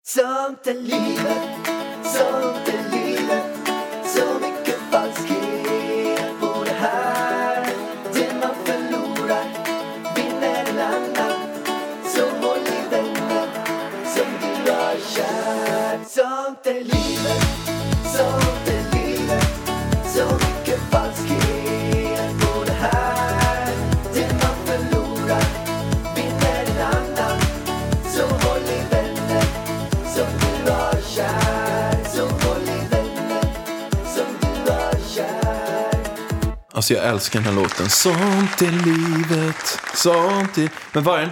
Sånt är livet, sånt är livet. Så mycket falskhet på det här. Det man förlorar vinner en annan. Så håll i vänner som du har kär. Sånt är livet, sånt är livet. Så mycket falskhet på det här. Det man förlorar vinner en annan. Så håll i vänner som du har kär. Så håll i vänner som du har kär. Alltså jag älskar den här låten. Sånt är livet, sånt är... Men Vargen,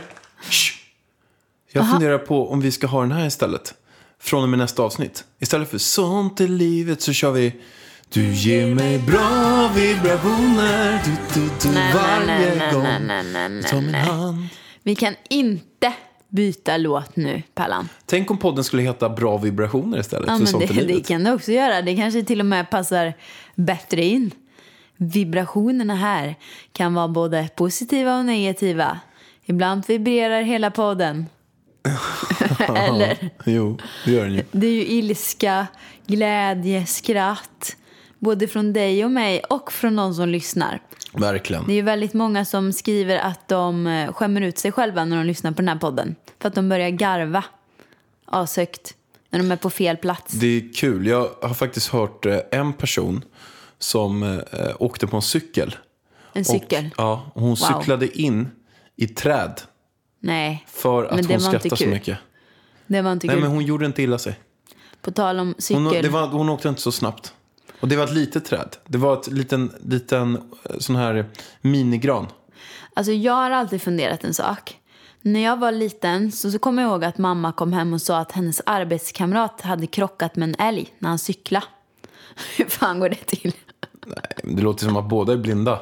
jag funderar på om vi ska ha den här istället. Från och med nästa avsnitt. Istället för sånt är livet så kör vi... Du ger mig bra vibrationer. Du varje gång. Ta min hand. Vi kan inte byta låt nu, Pallan. Tänk om podden skulle heta Bra vibrationer istället. Ja, för men sånt är det livet. kan det också göra. Det kanske till och med passar bättre in. Vibrationerna här kan vara både positiva och negativa. Ibland vibrerar hela podden. Eller? Jo, det gör den ju. Det är ju ilska, glädje, skratt. Både från dig och mig och från de som lyssnar. Verkligen. Det är ju väldigt många som skriver att de skämmer ut sig själva när de lyssnar på den här podden. För att de börjar garva ashögt när de är på fel plats. Det är kul. Jag har faktiskt hört en person som åkte på en cykel. En cykel? Och hon cyklade in i träd. Nej. För att Men det hon var inte skrattar så kul. mycket. Det var inte Nej, kul. men hon gjorde inte illa sig. På tal om cykel. Hon åkte inte så snabbt. Och det var ett litet träd. Det var ett liten sån här minigran. Alltså jag har alltid funderat en sak. När jag var liten så kommer jag ihåg att mamma kom hem och sa att hennes arbetskamrat hade krockat med en älg när han cyklade. Hur fan går det till? Nej, det låter som att båda är blinda.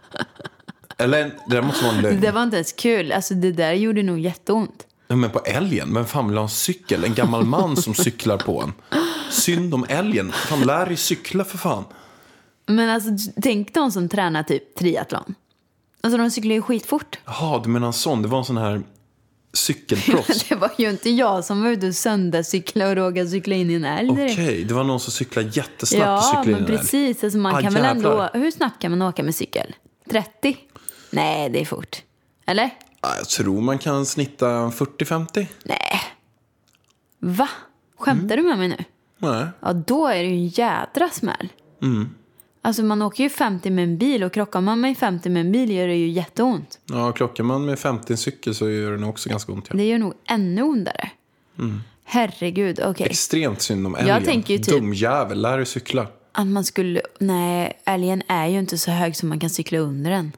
Eller det där måste vara en lögn. Det var inte ens kul. Alltså det där gjorde nog jätteont. Ja, men på älgen, vem fan vill ha en cykel? En gammal man som cyklar på en. Synd om älgen. Fan, lär dig cykla för fan. Men alltså tänk de som tränar typ triathlon. Alltså de cyklar ju skitfort. Jaha, du menar en sån. Det var en sån här cykelproffs. Det var ju inte jag som var ute och söndagscykla och rågade cykla in i en älg direkt. Okej, det var någon som cyklade jättesnabbt och Ja, cyklade in men i en älg. precis. Alltså man kan väl ändå... jävlar. Hur snabbt kan man åka med cykel? 30? Nej, det är fort. Eller? Ja, jag tror man kan snitta 40-50. Nej. Va? Skämtar du med mig nu? Nej. Ja, då är det ju en jädra smäll. Alltså man åker ju 50 med en bil och krockar man med 50 med en bil gör det ju jätteont. Ja, klockar man med 50 cykel så gör det nog också ganska ont. Ja. Det gör nog ännu ondare. Herregud, okej. Extremt synd om älgen. Jag tänker ju typ- Dum jävel, lär dig cykla. Att man skulle... Nej, älgen är ju inte så hög som man kan cykla under den.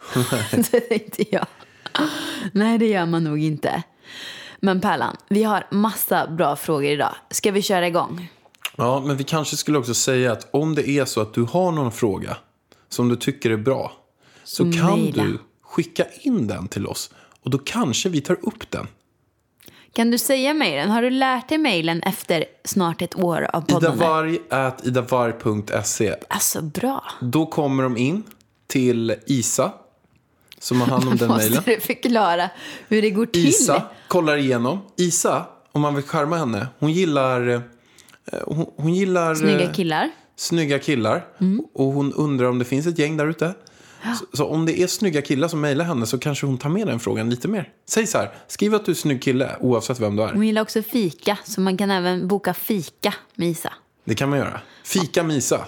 Det tänkte jag. Nej, det gör man nog inte. Men Pärlan, vi har massa bra frågor idag. Ska vi köra igång? Ja, men vi kanske skulle också säga att om det är så att du har någon fråga som du tycker är bra så kan mejla. du skicka in den till oss och då kanske vi tar upp den. Kan du säga mejlen? Har du lärt dig mejlen efter snart ett år av podden? idavarg@idavarg.se. Alltså, bra. Då kommer de in till Isa som har hand om den mejlen. Måste du förklara hur det går till? Isa kollar igenom. Isa, om man vill skärma henne, hon gillar Snygga killar. Och hon undrar om det finns ett gäng där ute. Så om det är snygga killar som mejlar henne så kanske hon tar med den frågan lite mer. Säg så här, skriv att du är snygg kille oavsett vem du är. Hon gillar också fika, så man kan även boka fika med Isa. Det kan man göra. Fika med Isa.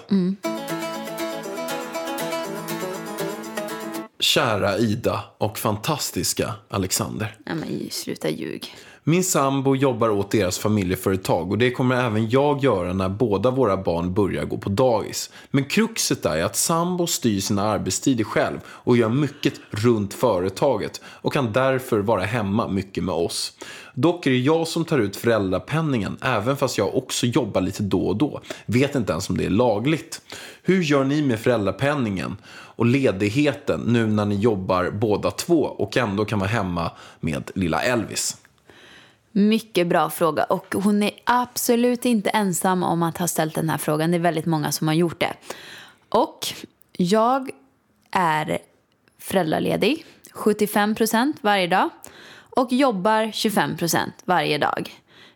Kära Ida och fantastiska Alexander. Ja, men sluta ljug. Min sambo jobbar åt deras familjeföretag och det kommer även jag göra när båda våra barn börjar gå på dagis. Men kruxet är att sambo styr sina arbetstider själv och gör mycket runt företaget och kan därför vara hemma mycket med oss. Dock är det jag som tar ut föräldrapenningen även fast jag också jobbar lite då och då. Vet inte ens om det är lagligt. Hur gör ni med föräldrapenningen och ledigheten nu när ni jobbar båda två och ändå kan vara hemma med lilla Elvis? Mycket bra fråga, och hon är absolut inte ensam om att ha ställt den här frågan. Det är väldigt många som har gjort det. Och jag är föräldraledig 75% varje dag och jobbar 25% varje dag.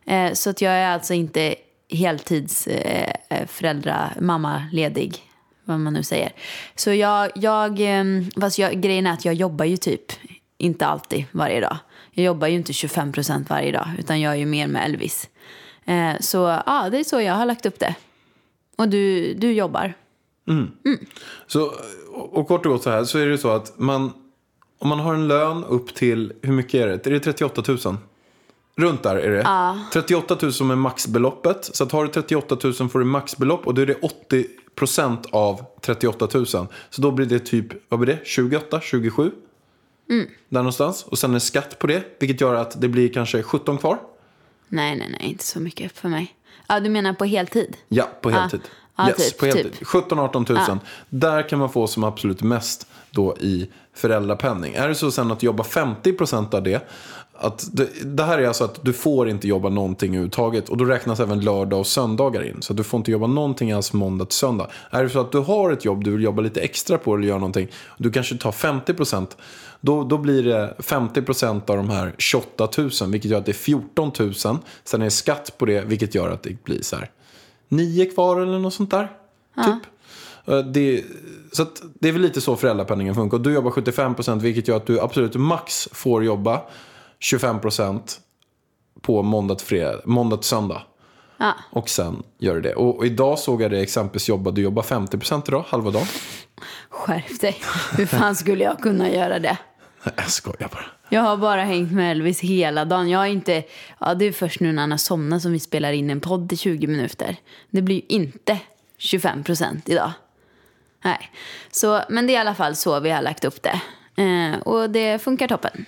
Så att jag är alltså inte heltids mammaledig, vad man nu säger. Så grejen är att jag jobbar ju typ inte alltid varje dag. Jag jobbar ju inte 25% varje dag, utan jag är ju mer med Elvis. Så ja, det är så jag har lagt upp det. Och du jobbar. Så, och kort och gott så här, så är det så att om man har en lön upp till, hur mycket är det? Är det 38 000? Runt där är det. 38 000 som är maxbeloppet. Så att har du 38 000 får du maxbelopp. Och då är det 80% av 38 000. Så då blir det typ, vad blir det? 28, 27? Där någonstans. Och sen är skatt på det. Vilket gör att det blir kanske 17 kvar. Nej, inte så mycket för mig. Ja, du menar på heltid? Ja, på heltid. Yes, typ, på heltid. 17-18 000. Där kan man få som absolut mest då i föräldrapenning. Är det så sen att jobba 50% av det, att det här är alltså att du får inte jobba någonting överhuvudtaget, och då räknas även lördag och söndagar in, så att du får inte jobba någonting alls måndag till söndag. Är det så att du har ett jobb, du vill jobba lite extra på eller göra någonting, du kanske tar 50%, då blir det 50% av de här 28 000, vilket gör att det är 14 000. Sen är det skatt på det, vilket gör att det blir så här 9 kvar eller något sånt där typ. Så att det är väl lite så föräldrapenningen funkar. Du jobbar 75%, vilket gör att du absolut max får jobba 25% på måndag till söndag. Och sen gör du det. Och idag såg jag det exempelvis du jobbar 50% idag, halva dagen. Skärp dig. Hur fan skulle jag kunna göra det? Jag skojar bara. Jag har bara hängt med Elvis hela dagen. Jag har inte... Ja, det är först nu när han har somnat som vi spelar in en podd i 20 minuter. Det blir ju inte 25% idag. Nej. Så, men det är i alla fall så vi har lagt upp det. Och det funkar toppen.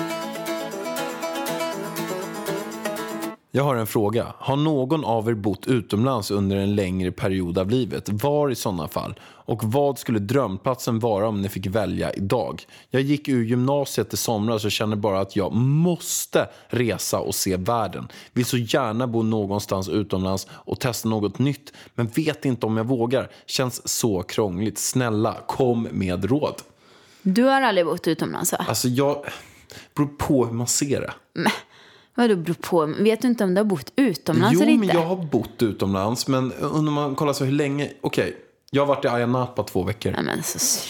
Jag har en fråga. Har någon av er bott utomlands under en längre period av livet? Var i sådana fall? Och vad skulle drömplatsen vara om ni fick välja idag? Jag gick ur gymnasiet i somras och känner bara att jag måste resa och se världen. Vill så gärna bo någonstans utomlands och testa något nytt, men vet inte om jag vågar. Känns så krångligt. Snälla, kom med råd. Du har aldrig bott utomlands, va? Alltså beror på hur man ser det. Vadå beror på? Vet du inte om du har bott utomlands eller inte? Jo, men jag har bott utomlands. Men om man kollar så hur länge... Okej, jag har varit i Ayia Napa 2 veckor. Nej, men så...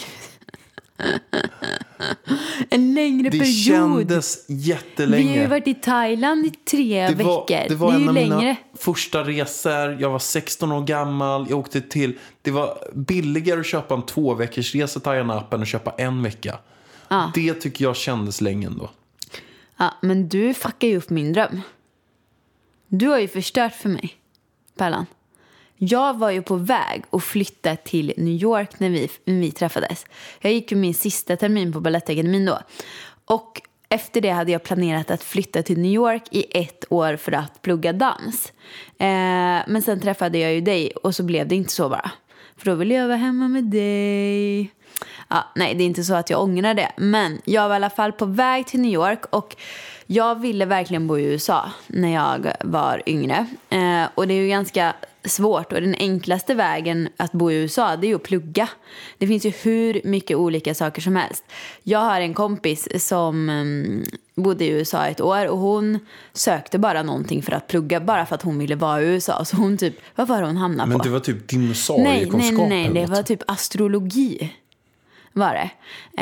En längre period. Det kändes jättelänge. Vi har ju varit i Thailand i 3 veckor. Det var är en ju av längre. mina första resor. Jag var 16 år gammal. Jag åkte till... Det var billigare att köpa en 2 veckors resa till Ayia Napa än att köpa 1 vecka. Det tycker jag kändes länge ändå. Ja, men du fuckar ju upp min dröm. Du har ju förstört för mig, Pärlan. Jag var ju på väg att flytta till New York när vi träffades. Jag gick ju min sista termin på Balettakademin då. Och efter det hade jag planerat att flytta till New York i 1 år för att plugga dans. Men sen träffade jag ju dig och så blev det inte så bara. För då ville jag vara hemma med dig. Ja, nej, det är inte så att jag ångrar det. Men jag var i alla fall på väg till New York. Och jag ville verkligen bo i USA när jag var yngre. Och det är ju ganska svårt. Och den enklaste vägen att bo i USA, det är ju att plugga. Det finns ju hur mycket olika saker som helst. Jag har en kompis som bodde i USA 1 år. Och hon sökte bara någonting för att plugga. Bara för att hon ville vara i USA. Så hon typ, vad var hon hamnade på? Men det var typ dinosauriekunskap. Nej, det var typ astrologi. Var det.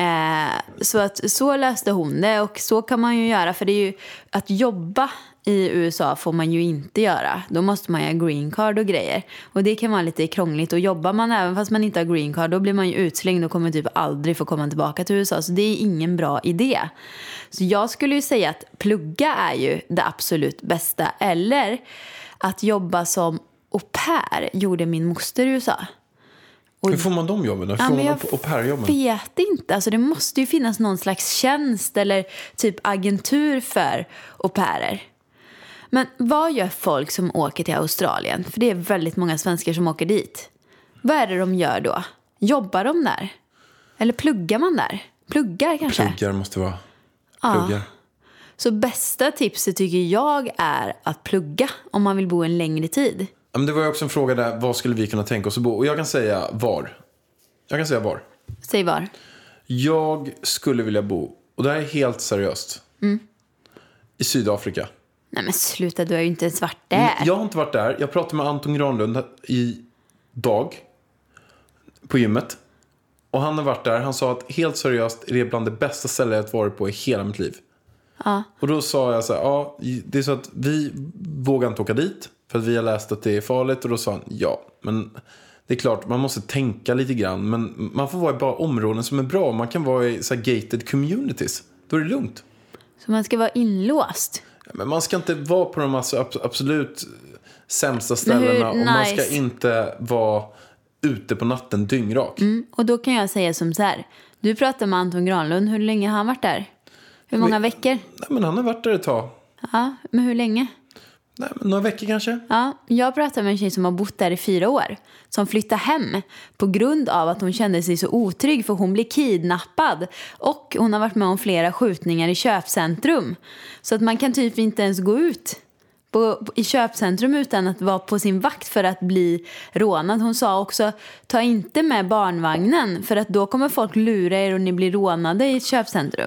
Så löste hon det. Och så kan man ju göra. För det är ju att jobba i USA får man ju inte göra. Då måste man ju ha green card och grejer. Och det kan vara lite krångligt. Och jobbar man även fast man inte har green card, då blir man ju utslängd och kommer typ aldrig få komma tillbaka till USA. Så det är ingen bra idé. Så jag skulle ju säga att plugga är ju det absolut bästa. Eller att jobba som au pair gjorde min moster i USA. Hur får man de jobben? Hur får man au pair-jobben? Jag vet inte. Alltså det måste ju finnas någon slags tjänst eller typ agentur för au pairer. Men vad gör folk som åker till Australien? För det är väldigt många svenskar som åker dit. Vad är det de gör då? Jobbar de där? Eller pluggar man där? Pluggar kanske? Pluggar måste vara. Pluggar. Ja. Så bästa tipset tycker jag är att plugga om man vill bo en längre tid. Men det var ju också en fråga där, vad skulle vi kunna tänka oss att bo? Och jag kan säga var. Säg var. Jag skulle vilja bo, och det här är helt seriöst, i Sydafrika. Nej men sluta, du har ju inte ens varit där. Jag har inte varit där. Jag pratade med Anton Granlund idag på gymmet. Och han har varit där. Han sa att helt seriöst är det bland det bästa ställen jag varit på i hela mitt liv. Ja. Och då sa jag så här, ja, det är så att vi vågar inte åka dit för att vi har läst att det är farligt. Och då sa han, ja, men det är klart, man måste tänka lite grann. Men man får vara i bara områden som är bra. Man kan vara i så här gated communities. Då är det lugnt. Så man ska vara inlåst? Men man ska inte vara på de absolut sämsta ställena. Och man ska inte vara ute på natten dyngrak. Och då kan jag säga som så här. Du pratar med Anton Granlund. Hur länge har han varit där? Hur många veckor? Nej, men han har varit där ett tag. Ja, men hur länge? Nej, men några veckor kanske. Ja, jag pratade med en tjej som har bott där i 4 år. Som flyttade hem på grund av att hon kände sig så otrygg. För hon blev kidnappad. Och hon har varit med om flera skjutningar i köpcentrum. Så att man kan typ inte ens gå ut i köpcentrum utan att vara på sin vakt för att bli rånad. Hon sa också, ta inte med barnvagnen. För att då kommer folk lura er och ni blir rånade i ett köpcentrum.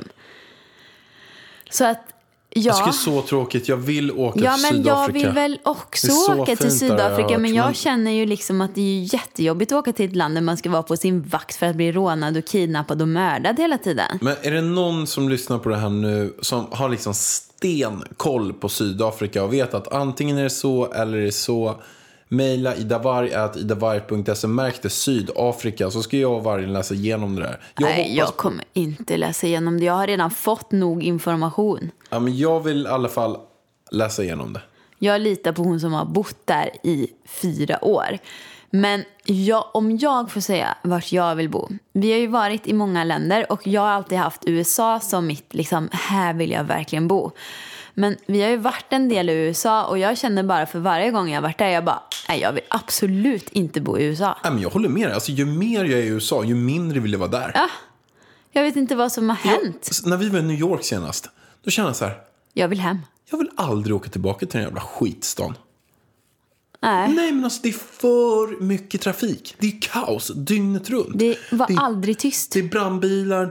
Så att jag tycker det är så tråkigt. Jag vill åka till Sydafrika. Jag vill väl också åka till Sydafrika. Men jag känner ju liksom att det är jättejobbigt att åka till ett land där man ska vara på sin vakt för att bli rånad och kidnappad och mördad hela tiden. Men är det någon som lyssnar på det här nu som har liksom stenkoll på Sydafrika och vet att antingen är det så eller är det så, mejla idavarg@idavarg.se, märk det Sydafrika, så ska jag och Vargen läsa igenom det där. Jag kommer inte läsa igenom det. Jag har redan fått nog information. Ja, men jag vill i alla fall läsa igenom det. Jag litar på hon som har bott där i 4 år. Men om jag får säga vart jag vill bo. Vi har ju varit i många länder och jag har alltid haft USA som mitt, liksom, här vill jag verkligen bo. Men vi har ju varit en del i USA och jag känner bara för varje gång jag har varit där, jag bara, nej, jag vill absolut inte bo i USA. Nej, men jag håller med dig. Alltså, ju mer jag är i USA, ju mindre vill jag vara där. Ja, jag vet inte vad som har hänt. När vi var i New York senast, då kände jag så här, jag vill hem. jag vill aldrig åka tillbaka till den jävla skitstan. Nej, men alltså det är för mycket trafik. Det är kaos dygnet runt. Det var aldrig tyst. Det är brandbilar.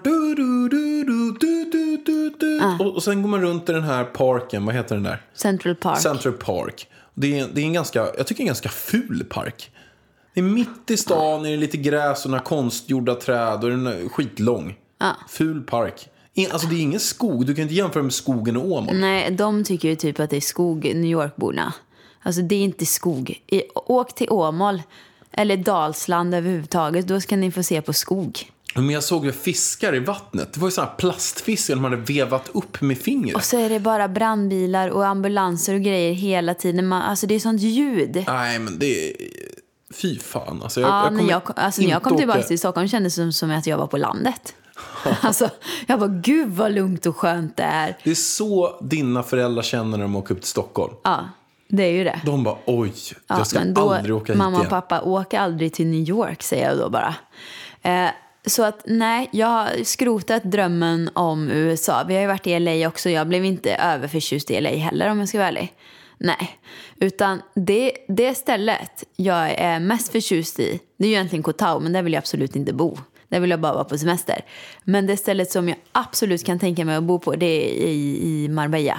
Och sen går man runt i den här parken. Vad heter den där? Central Park. Det är en ganska ful park. Det är mitt i stan, är det lite gräs och några konstgjorda träd och den är skitlång. Ful park. Alltså det är ingen skog. Du kan inte jämföra med skogen och Åmål. Nej, de tycker ju typ att det är skog, New York-borna. Alltså det är inte skog. Åk till Åmål eller Dalsland överhuvudtaget. Då ska ni få se på skog. Men jag såg fiskar i vattnet. Det var ju sådana plastfiskar de hade vevat upp med fingret. Och så är det bara brandbilar och ambulanser och grejer hela tiden. Alltså det är sånt ljud. Nej, men det är... Fy fan. Alltså, när jag kom tillbaka till Stockholm kändes det som att jag var på landet. Alltså, jag bara, gud vad lugnt och skönt det är. Det är så dina föräldrar känner när de åker upp till Stockholm. Ja, det är ju det. De bara, oj, jag ska aldrig åka hit mamma igen. Och pappa, åker aldrig till New York, säger jag då bara. Så att nej, jag har skrotat drömmen om USA. Vi har ju varit i LA också. Jag blev inte överförtjust i LA heller, om jag ska vara ärlig. Nej, utan det stället jag är mest förtjust i, det är ju egentligen Koh Tao, men där vill jag absolut inte bo. Där vill jag bara vara på semester. Men det stället som jag absolut kan tänka mig att bo på, det är i Marbella.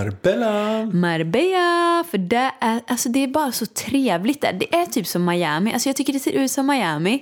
Marbella, för det är bara så trevligt där. Det är typ som Miami. Alltså jag tycker det ser ut som Miami.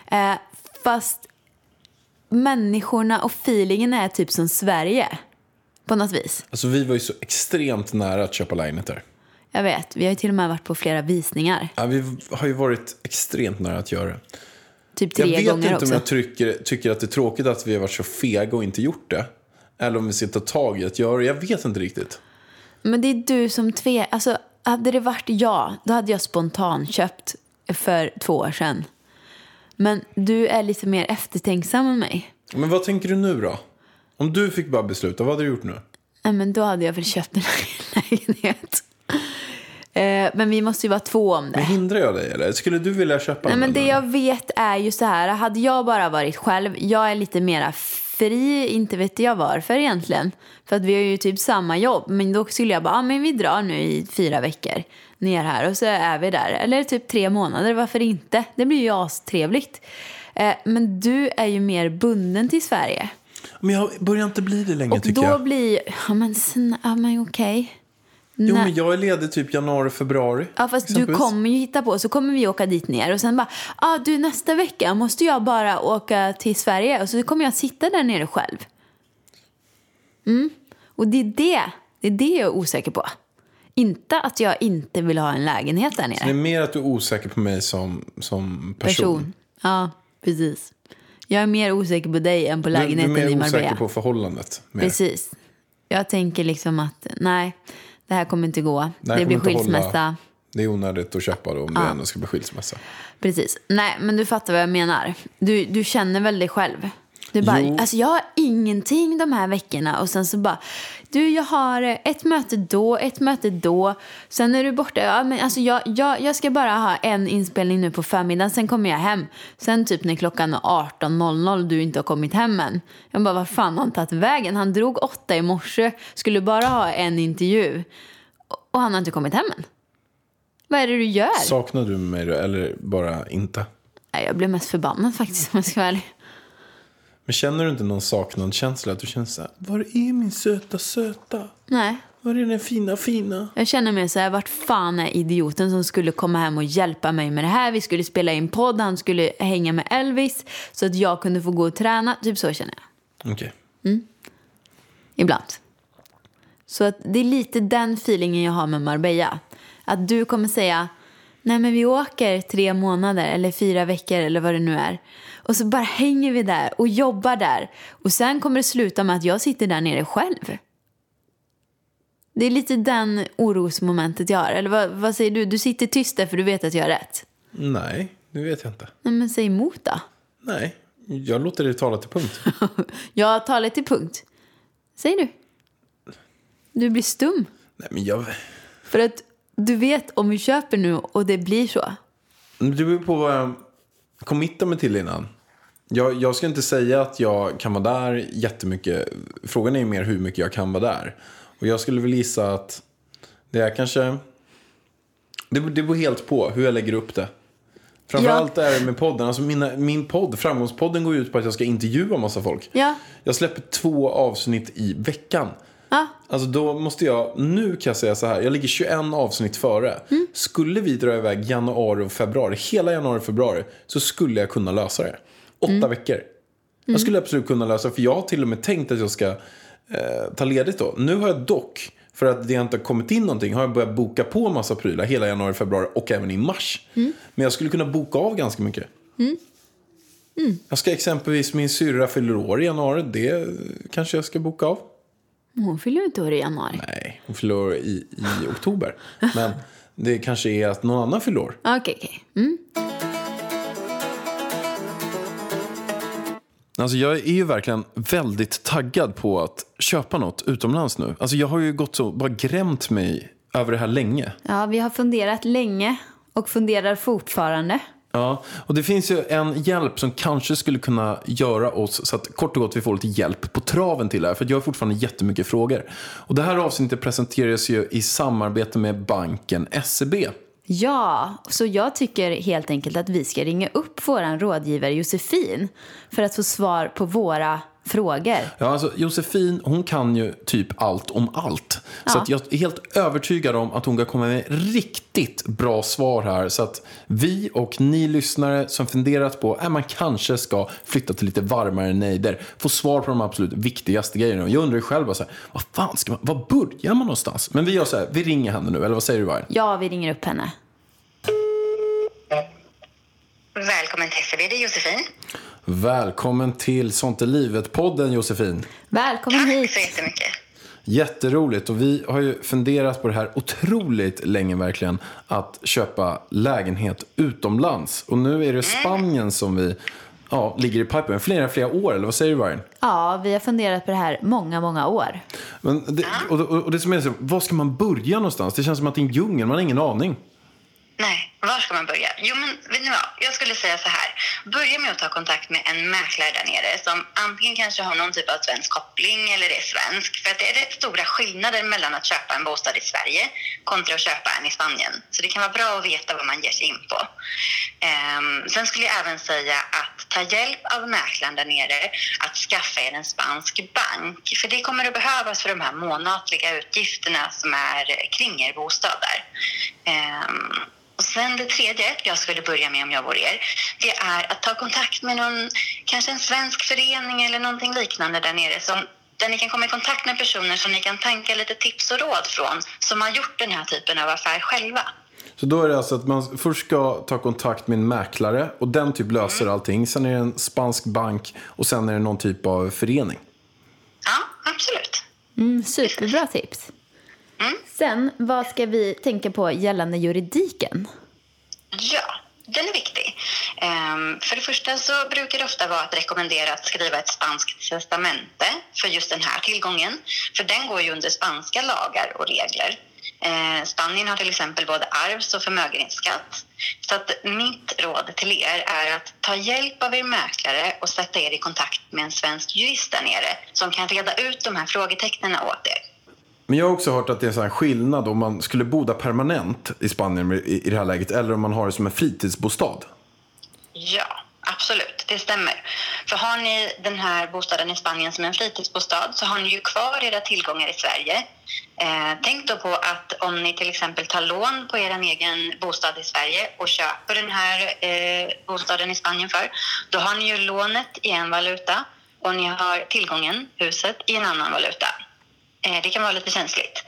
Fast människorna och feelingen är typ som Sverige. På något vis. Alltså vi var ju så extremt nära att köpa lägenheter. Jag vet, vi har ju till och med varit på flera visningar. Ja, vi har ju varit extremt nära att göra det. Typ 3 gånger också. Jag vet inte om jag tycker att det är tråkigt att vi har varit så fega och inte gjort det. Eller om vi ska ta tag i att göra det. Jag vet inte riktigt. Men det är du som alltså hade det varit jag, då hade jag spontant köpt för 2 år sedan. Men du är lite mer eftertänksam än mig. Men vad tänker du nu då? Om du fick bara besluta, vad hade du gjort nu? Nej, men då hade jag väl köpt en lägenhet. Men vi måste ju vara 2 om det. Men hindrar jag dig eller? Skulle du vilja köpa? Nej, men det jag vet är ju så här. Hade jag bara varit själv, jag är lite mera fri, inte vet jag varför egentligen. För att vi har ju typ samma jobb. Men då skulle jag bara, men vi drar nu i 4 veckor ner här och så är vi där. Eller typ 3 månader, varför inte? Det blir ju astrevligt. Men du är ju mer bunden till Sverige. Men jag börjar inte bli det längre, och tycker jag. Och då blir, men okej. Jo, men jag är ledig typ januari, februari. Ja, fast du kommer ju hitta på. Så kommer vi åka dit ner. Och sen bara, du nästa vecka måste jag bara åka till Sverige. Och så kommer jag sitta där nere själv. Och det är det jag är osäker på. Inte att jag inte vill ha en lägenhet där nere. Så det är mer att du är osäker på mig som person. Ja, precis. Jag är mer osäker på dig än på lägenheten i Marbella. Du är mer osäker på förhållandet. Mer. Precis. Jag tänker liksom att nej, det här kommer inte gå. Det blir skilsmässa. Det är onödigt att köpa då om det ändå ska bli skilsmässa. Precis. Nej, men du fattar vad jag menar. Du känner väl dig själv. Du bara, alltså jag har ingenting de här veckorna. Och sen så bara, jag har ett möte då. Sen är du borta. Ja, men alltså jag ska bara ha en inspelning nu på förmiddagen. Sen kommer jag hem. Sen typ när klockan är 18.00 du inte har kommit hem än. Jag bara, vad fan har han tagit vägen? Han drog 8 i morse. Skulle bara ha en intervju. Och han har inte kommit hem än. Vad är det du gör? Saknar du mig då, eller bara inte? Nej, jag blev mest förbannad faktiskt, om jag ska vara ärlig. Men känner du inte någon saknadskänsla? Att du känner så här, var är min söta? Nej. Var är den fina? Jag känner mig så här, vart fan är idioten som skulle komma hem och hjälpa mig med det här? Vi skulle spela in podd, han skulle hänga med Elvis. Så att jag kunde få gå och träna. Typ så känner jag. Okej. Ibland. Så att det är lite den feelingen jag har med Marbella. Att du kommer säga, nej men vi åker 3 månader eller 4 veckor eller vad det nu är. Och så bara hänger vi där och jobbar där. Och sen kommer det sluta med att jag sitter där nere själv. Det är lite den orosmomentet jag har. Eller vad säger du? Du sitter tyst där för du vet att jag har rätt. Nej, det vet jag inte. Nej, men säg emot då. Nej, jag låter dig tala till punkt. Jag talar till punkt. Säg du. Du blir stum. Nej, men jag... För att du vet om vi köper nu och det blir så. Det beror på vad jag committar mig till innan. Jag ska inte säga att jag kan vara där jättemycket. Frågan är mer hur mycket jag kan vara där. Och jag skulle väl gissa att det är kanske... Det beror helt på hur jag lägger upp det. Framförallt är det med podden. Alltså min podd, Framgångspodden, går ut på att jag ska intervjua massa folk. Ja. Jag släpper 2 avsnitt i veckan. Ja. Alltså då måste jag, nu kan jag säga så här, jag ligger 21 avsnitt före. Skulle vi dra iväg januari och februari, hela januari och februari, så skulle jag kunna lösa det. 8 veckor. Jag skulle absolut kunna lösa det, för jag har till och med tänkt att jag ska ta ledigt då. Nu har jag dock, för att det inte har kommit in någonting, har jag börjat boka på massa prylar hela januari, februari och även i mars. Men jag skulle kunna boka av ganska mycket. Jag ska exempelvis, min syrra fyller år i januari, det kanske jag ska boka av. Hon fyller ju inte år i januari. Nej, hon fyller år i oktober. Men det kanske är att någon annan fyller år. Okej. Alltså jag är ju verkligen väldigt taggad på att köpa något utomlands nu. Alltså jag har ju gått så, bara grämt mig över det här länge. Ja, vi har funderat länge och funderar fortfarande. Ja, och det finns ju en hjälp som kanske skulle kunna göra oss så att kort och gott vi får lite hjälp på traven till det här. För jag har fortfarande jättemycket frågor. Och det här avsnittet presenteras ju i samarbete med banken SEB. Ja, så jag tycker helt enkelt att vi ska ringa upp våran rådgivare Josefin för att få svar på våra frågor. Ja, alltså Josefin, hon kan ju typ allt om allt. Ja. Så att jag är helt övertygad om att hon kan komma med riktigt bra svar här. Så att vi och ni lyssnare som funderat på att man kanske ska flytta till lite varmare nejder få svar på de absolut viktigaste grejerna. Jag undrar ju själv så här, vad fan ska man, var börjar man någonstans? Men vi gör så här, vi ringer henne nu, eller vad säger du, Vargen? Ja, vi ringer upp henne. Välkommen till SEB, det är Josefin. Välkommen till Sånt är livet-podden, Josefin. Välkommen hit. Tack så jättemycket. Jätteroligt, och vi har ju funderat på det här otroligt länge verkligen, att köpa lägenhet utomlands. Och nu är det Spanien som vi ligger i pipen flera år, eller vad säger du, Vargen? Ja, vi har funderat på det här många år. Men det som är så, var ska man börja någonstans? Det känns som att det är en djungel, man har ingen aning. Nej. Var ska man börja? Jo, men vet ni vad? Jag skulle säga så här. Börja med att ta kontakt med en mäklare där nere som antingen kanske har någon typ av svensk koppling eller är svensk. För att det är rätt stora skillnader mellan att köpa en bostad i Sverige kontra att köpa en i Spanien. Så det kan vara bra att veta vad man ger sig in på. Sen skulle jag även säga att ta hjälp av mäklaren där nere att skaffa er en spansk bank. För det kommer att behövas för de här månatliga utgifterna som är kring er bostad där. Och sen det tredje jag skulle börja med om jag vore er, det är att ta kontakt med någon, kanske en svensk förening eller någonting liknande där nere där ni kan komma i kontakt med personer som ni kan tanka lite tips och råd från som har gjort den här typen av affär själva. Så då är det alltså att man först ska ta kontakt med en mäklare och den typ löser allting. Sen är det en spansk bank och sen är det någon typ av förening. Ja, absolut. Superbra tips. Sen, vad ska vi tänka på gällande juridiken? Ja, den är viktig. För det första så brukar det ofta vara att rekommendera att skriva ett spanskt testamente för just den här tillgången. För den går ju under spanska lagar och regler. Spanien har till exempel både arvs- och förmögenhetsskatt. Så att mitt råd till er är att ta hjälp av er mäklare och sätta er i kontakt med en svensk jurist där nere som kan reda ut de här frågetecknen åt er. Men jag har också hört att det är en sån här skillnad om man skulle bo där permanent i Spanien i det här läget eller om man har det som en fritidsbostad. Ja, absolut. Det stämmer. För har ni den här bostaden i Spanien som en fritidsbostad så har ni ju kvar era tillgångar i Sverige. Tänk då på att om ni till exempel tar lån på er egen bostad i Sverige och köper den här bostaden i Spanien då har ni ju lånet i en valuta och ni har tillgången, huset, i en annan valuta. Det kan vara lite känsligt.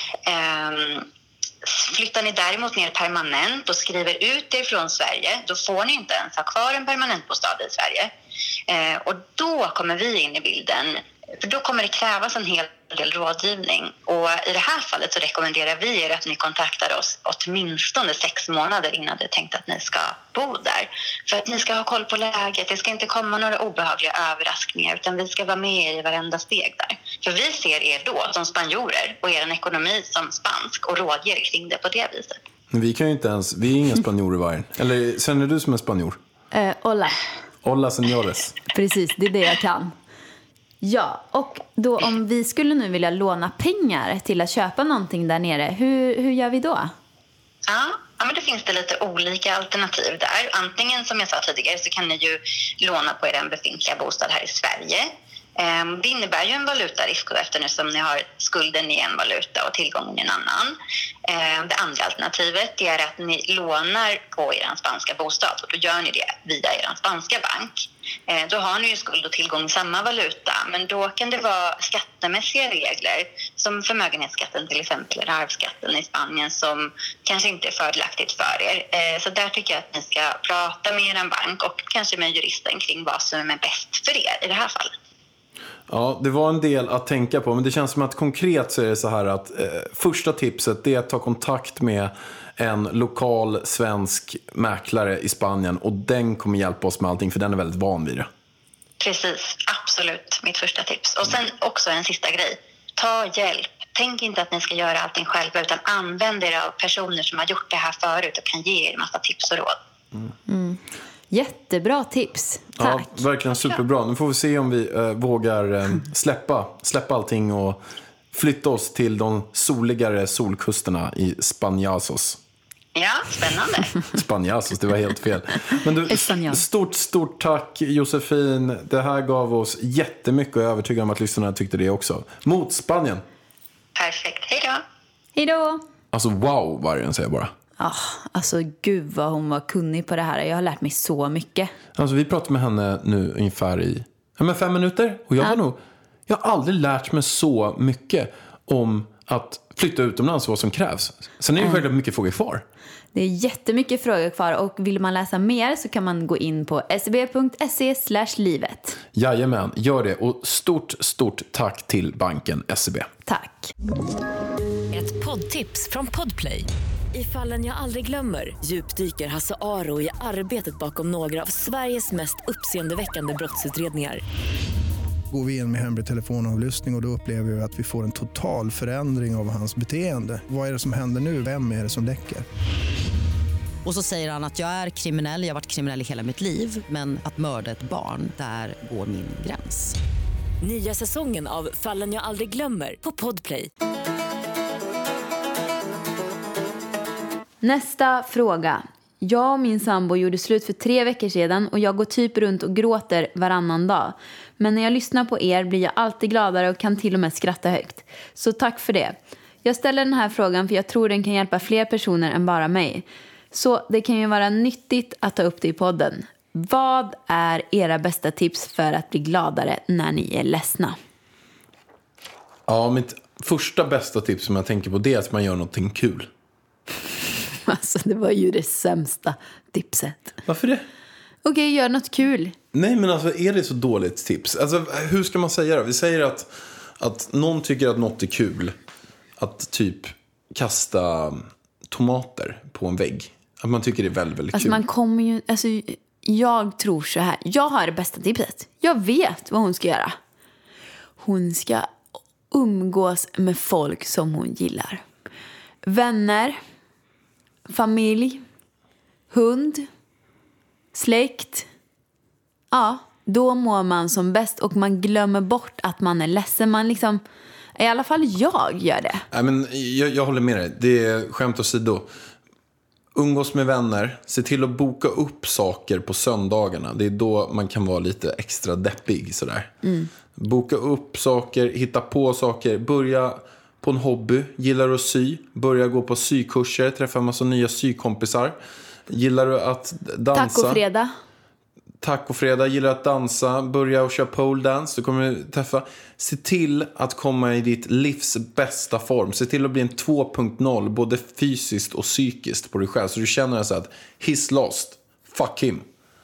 Flyttar ni däremot ner permanent och skriver ut er från Sverige, då får ni inte ens ha kvar en permanentbostad i Sverige. Och då kommer vi in i bilden, för då kommer det krävas en hel del rådgivning. Och i det här fallet så rekommenderar vi er att ni kontaktar oss åtminstone 6 månader innan det är tänkt att ni ska bo där. För att ni ska ha koll på läget, det ska inte komma några obehagliga överraskningar utan vi ska vara med er i varenda steg där. För vi ser er då som spanjorer och er ekonomi som spansk och rådger kring det på det viset. Men vi kan ju inte ens, vi är inga spanjorer vargen. Eller känner du som en spanjor? Hola. Hola señores. Precis, det är det jag kan. Ja, och då om vi skulle nu vilja låna pengar till att köpa någonting där nere, hur gör vi då? Ja, men det finns det lite olika alternativ där. Antingen som jag sa tidigare så kan ni ju låna på er befintliga bostad här i Sverige. Det innebär ju en valutarisk eftersom ni har skulden i en valuta och tillgången i en annan. Det andra alternativet är att ni lånar på er spanska bostad och då gör ni det via er spanska bank. Då har ni ju skuld och tillgång i samma valuta, men då kan det vara skattemässiga regler som förmögenhetsskatten till exempel eller arvsskatten i Spanien som kanske inte är fördelaktigt för er. Så där tycker jag att ni ska prata med er bank och kanske med juristen kring vad som är bäst för er i det här fallet. Ja, det var en del att tänka på, men det känns som att konkret så är det så här att första tipset det är att ta kontakt med en lokal svensk mäklare i Spanien och den kommer hjälpa oss med allting för den är väldigt van vid det. Precis, absolut mitt första tips. Och sen också en sista grej. Ta hjälp. Tänk inte att ni ska göra allting själva utan använd er av personer som har gjort det här förut och kan ge er en massa tips och råd. Jättebra tips. Tack. Ja, verkligen superbra. Nu får vi se om vi vågar släppa allting och flytta oss till de soligare solkusterna i Spanjasos. Ja, spännande. Spanjasos, det var helt fel. Men du, stort tack Josefin. Det här gav oss jättemycket och jag är övertygad om att lyssnarna tyckte det också. Mot Spanien. Perfekt, hej då. Hej då. Alltså wow, vargen säger jag bara. Alltså gud vad hon var kunnig på det här. Jag har lärt mig så mycket. Alltså vi pratade med henne nu ungefär i 5 minuter. Och jag har aldrig lärt mig så mycket om att flytta utomlands och vad som krävs. Sen är det väldigt mycket frågor kvar. Det är jättemycket frågor kvar och vill man läsa mer så kan man gå in på seb.se/livet. Jajamän, gör det. Och stort tack till banken SEB. Tack. Ett poddtips från Podplay. I Fallen jag aldrig glömmer djupdyker Hasse Aro i arbetet bakom några av Sveriges mest uppseendeväckande brottsutredningar. Går vi in med hemlig telefonavlyssning och då upplever vi att vi får en total förändring av hans beteende. Vad är det som händer nu? Vem är det som läcker? Och så säger han att jag är kriminell, jag har varit kriminell i hela mitt liv. Men att mörda ett barn, där går min gräns. Nya säsongen av Fallen jag aldrig glömmer på Podplay. Nästa fråga. Jag och min sambo gjorde slut för 3 veckor sedan och jag går typ runt och gråter varannan dag. Men när jag lyssnar på er blir jag alltid gladare och kan till och med skratta högt. Så tack för det. Jag ställer den här frågan för jag tror den kan hjälpa fler personer än bara mig. Så det kan ju vara nyttigt att ta upp det i podden. Vad är era bästa tips för att bli gladare när ni är ledsna? Ja, mitt första bästa tips som jag tänker på, det är att man gör någonting kul. Alltså det var ju det sämsta tipset. Varför det? Okej, gör något kul. Nej, men alltså är det så dåligt tips? Alltså hur ska man säga det? Vi säger att någon tycker att något är kul. Att typ kasta tomater på en vägg. Att man tycker det är väldigt, väldigt alltså, kul. Man kommer ju, alltså, jag tror så här. Jag har det bästa tipset. Jag vet vad hon ska göra. Hon ska umgås med folk som hon gillar. Vänner, familj, hund, släkt. Ja, då mår man som bäst och man glömmer bort att man är ledsen. Man liksom, i alla fall jag gör det. Nej, men jag håller med dig. Det är skämt åsido. Umgås med vänner. Se till att boka upp saker på söndagarna. Det är då man kan vara lite extra deppig sådär. Boka upp saker, hitta på saker. Börja på en hobby. Gillar du att sy? Börja gå på sykurser. Träffa en massa nya sykompisar. Gillar du att dansa? Tacofredag, gillar att dansa, börja och köra pole dance. Du kommer träffa. Se till att komma i ditt livs bästa form. Se till att bli en 2.0 både fysiskt och psykiskt på dig själv. Så du känner så att he's lost, fuck him.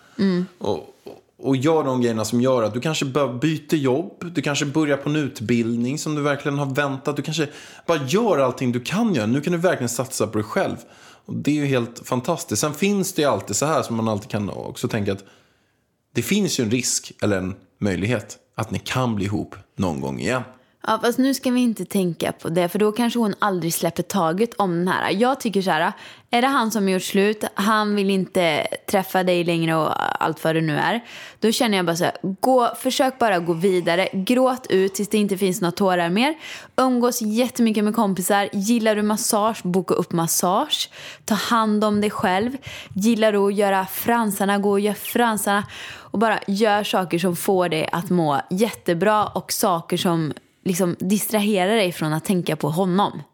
Och gör de grejerna som gör att du kanske byter jobb. Du kanske börjar på en utbildning som du verkligen har väntat. Du kanske bara gör allting du kan göra. Nu kan du verkligen satsa på dig själv. Och det är ju helt fantastiskt. Sen finns det ju alltid så här som man alltid kan också tänka att det finns ju en risk eller en möjlighet att ni kan bli ihop någon gång igen. Ja, fast nu ska vi inte tänka på det. För då kanske hon aldrig släpper taget om den här. Jag tycker så här, är det han som gjort slut, han vill inte träffa dig längre och allt vad det nu är. Då känner jag bara så här, försök bara gå vidare. Gråt ut tills det inte finns några tårar mer. Umgås jättemycket med kompisar. Gillar du massage, boka upp massage. Ta hand om dig själv. Gillar du att göra fransarna, gå och gör fransarna. Och bara gör saker som får dig att må jättebra och saker som liksom distraherar dig från att tänka på honom.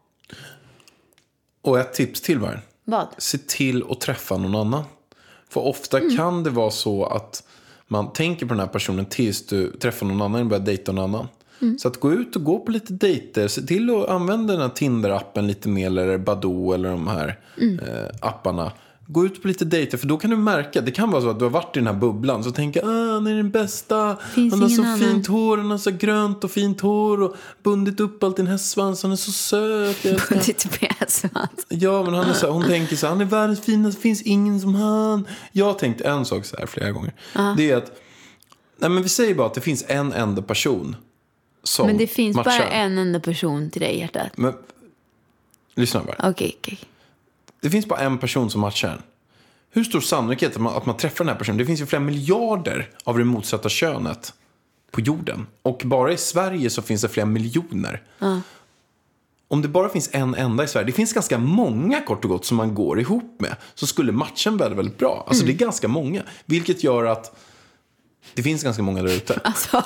Och ett tips till var. Vad? Se till att träffa någon annan. För ofta kan det vara så att man tänker på den här personen tills du träffar någon annan och börjar dejta någon annan. Så att gå ut och gå på lite dejter. Se till att använda den här Tinder-appen lite mer. Eller Badoo eller de här apparna. Gå ut på lite dejter, för då kan du märka. Det kan vara så att du har varit i den här bubblan. Så tänker han är den bästa. Finns han har så annan. fint hår. Han har så grönt och fint hår. Och bundit upp allt i en hästsvans. Han är så söt. Bundit med hästsvans. Ja, men han är så, hon tänker så här, han är världens finaste. Det finns ingen som han. Jag har tänkt en sak så här flera gånger. Det är att, nej men vi säger bara att det finns en enda person som Men det finns matchar. bara en enda person till dig i hjärtat. Men, lyssna bara. Okej. Det finns bara en person som matchar en. Hur stor sannolikhet att man träffar den här personen? Det finns ju flera miljarder av det motsatta könet på jorden. Och bara i Sverige så finns det flera miljoner. Om det bara finns en enda i Sverige. Det finns ganska många kort och gott som man går ihop med. Så skulle matchen bli väldigt bra. Alltså det är ganska många. Vilket gör att det finns ganska många där ute. Alltså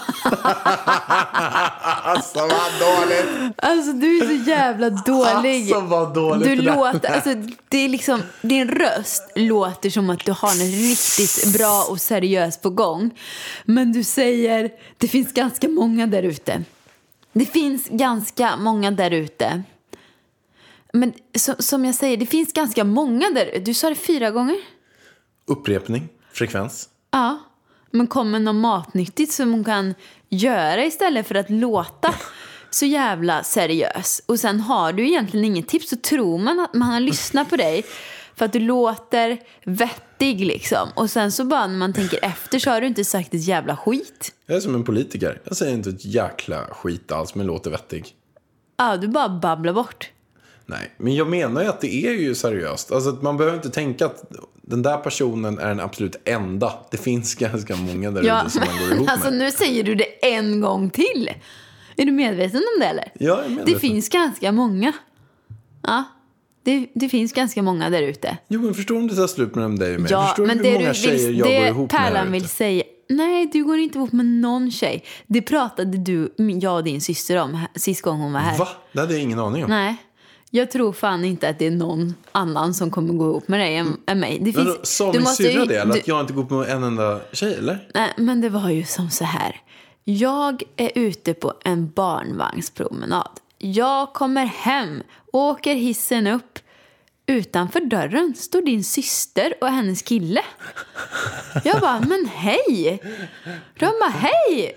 vad dåligt. Alltså du är så jävla dålig. Alltså vad dåligt. Du låter, alltså det är liksom, din röst låter som att du har en riktigt bra och seriös på gång. Men du säger, det finns ganska många där ute. Det finns ganska många där ute. Men som jag säger, det finns ganska många där. Du sa det 4 gånger. Upprepning, frekvens. Ja, men kommer något matnyttigt som hon kan göra istället för att låta så jävla seriös. Och sen har du egentligen inget tips, så tror man att man har lyssnat på dig för att du låter vettig liksom. Och sen så bara när man tänker efter så har du inte sagt ett jävla skit. Jag är som en politiker. Jag säger inte ett jäkla skit alls, men låter vettig. Ja, du bara babblar bort. Nej, men jag menar ju att det är ju seriöst. Alltså att man behöver inte tänka att den där personen är den absolut enda. Det finns ganska många där ute som man går ihop alltså, med. Nu säger du det en gång till. Är du medveten om det eller? Ja, jag är medveten. Det finns ganska många. Ja, det finns ganska många där ute. Jo, men förstår om det tar slut med dig och mig? Ja, förstår men hur det många tjejer jag går ihop med Pärlan där vill ute? säga... Nej, du går inte ihop med någon tjej. Det pratade jag och din syster om sist gång hon var här. Va? Det hade jag ingen aning om. Nej, jag tror fan inte att det är någon annan som kommer gå ihop med dig än mig. Det Men finns, då, sa du min måste syrra det? ju, Eller att jag inte går på en enda tjej, eller? Nej, men det var ju som så här. Jag är ute på en barnvagnspromenad. Jag kommer hem, åker hissen upp. Utanför dörren står din syster och hennes kille. Jag bara, men hej. De bara, hej.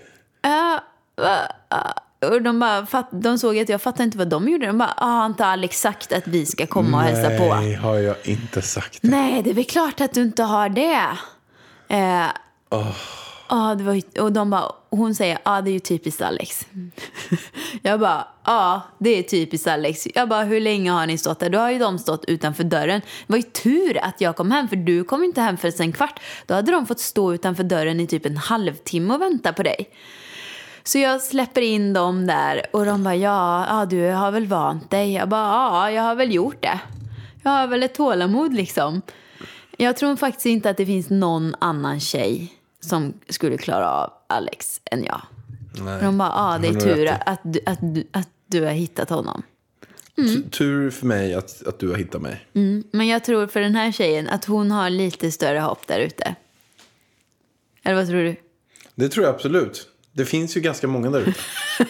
Och de såg att jag fattade inte vad de gjorde. De bara, har inte Alex sagt att vi ska komma och hälsa på? Nej, har jag inte sagt det. Nej, det är väl klart att du inte har det. Det var ju, och de bara, hon säger, det är ju typiskt Alex. Jag bara, det är typiskt Alex. Jag bara, hur länge har ni stått där? Då har ju de stått utanför dörren. Det var ju tur att jag kom hem, för du kom inte hem för en kvart. Då hade de fått stå utanför dörren i typ en halvtimme och vänta på dig. Så jag släpper in dem där och de bara, ja du har väl vant dig. Jag bara, jag har väl gjort det. Jag har väl ett tålamod liksom. Jag tror faktiskt inte att det finns någon annan tjej som skulle klara av Alex än jag. Nej. De bara, det är tur att du har hittat honom. Tur för mig att du har hittat mig. Men jag tror för den här tjejen att hon har lite större hopp där ute. Eller vad tror du? Det tror jag absolut. Det finns ju ganska många där ute.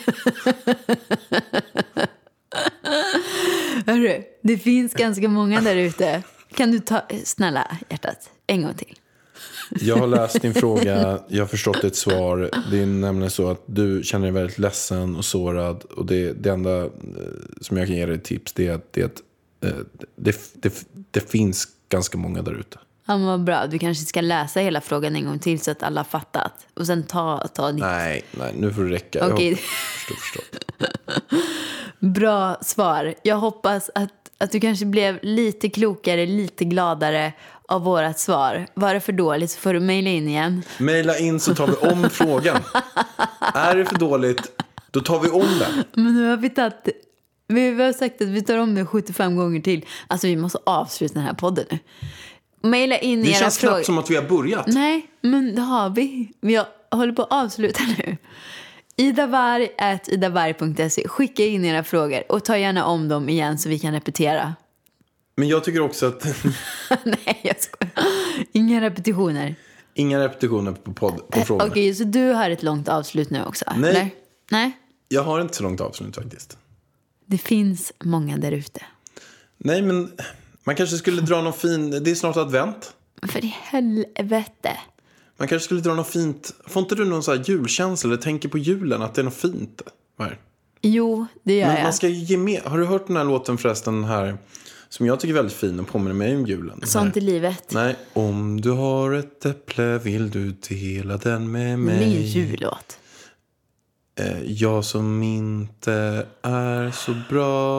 Hörru, det finns ganska många där ute. Kan du ta, snälla hjärtat, en gång till? Jag har läst din fråga, jag har förstått ett svar. Det är nämligen så att du känner dig väldigt ledsen och sårad. Och det enda som jag kan ge dig tips, det är att det finns ganska måga där ute. Ja, men vad bra. Du kanske ska läsa hela frågan en gång till så att alla har fattat. Och sen ta ditt... Nej, nu får det räcka. Okej. Jag förstått. Bra svar. Jag hoppas att du kanske blev lite klokare, lite gladare av vårat svar. Var det för dåligt så får du mejla in igen. Mejla in så tar vi om frågan. Är det för dåligt, då tar vi om den. Men nu har vi har sagt att vi tar om det 75 gånger till. Alltså vi måste avsluta den här podden nu. Mejla in Det era känns frågor. knappt som att vi har börjat. Nej, men det har vi. Vi håller på att avsluta nu. idavarg@idavarg.se. Skicka in era frågor och ta gärna om dem igen så vi kan repetera. Men jag tycker också att... Nej, jag skojar. Inga repetitioner. Inga repetitioner på frågorna. Okej, så du har ett långt avslut nu också? Nej. Eller? Nej. Jag har inte så långt avslut faktiskt. Det finns många där ute. Nej, men man kanske skulle dra någon fin... Det är snart advent. För i helvete. Man kanske skulle dra något fint... Får inte du någon så här julkänsla eller tänker på julen att det är något fint? Här. Jo, det gör Men jag. man ska ge med... Har du hört den här låten förresten här? Som jag tycker är väldigt fin och påminner mig om julen. Sånt i livet. Nej, om du har ett äpple vill du dela den med mig. Det är en jullåt. Jag som inte är så bra.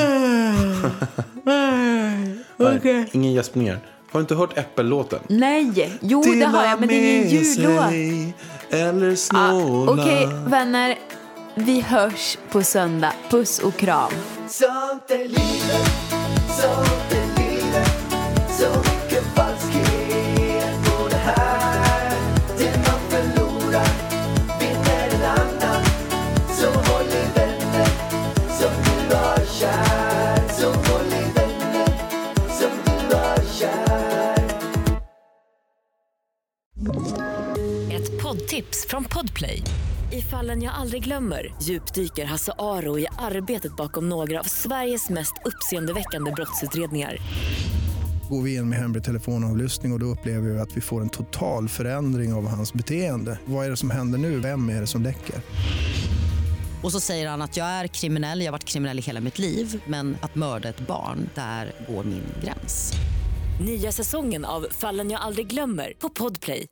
Okay. Ingen gäspningar. Har du inte hört äppellåten? Nej, jo det har jag, men det är ingen jullåt. Eller snåla. Okej, vänner. Vi hörs på söndag. Puss och kram. Sånt är livet, sånt är livet. Så mycket falskhet på det här. Det man förlorar vinner en annan. Så håll i vänner som du har kär. Så håll i vänner som du har kär. Ett poddtips från Podplay. I Fallen jag aldrig glömmer djupdyker Hasse Aro i arbetet bakom några av Sveriges mest uppseendeväckande brottsutredningar. Går vi in med hemlig telefonavlyssning och då upplever vi att vi får en total förändring av hans beteende. Vad är det som händer nu? Vem är det som läcker? Och så säger han att jag är kriminell, jag har varit kriminell i hela mitt liv. Men att mörda ett barn, där går min gräns. Nya säsongen av Fallen jag aldrig glömmer på Podplay.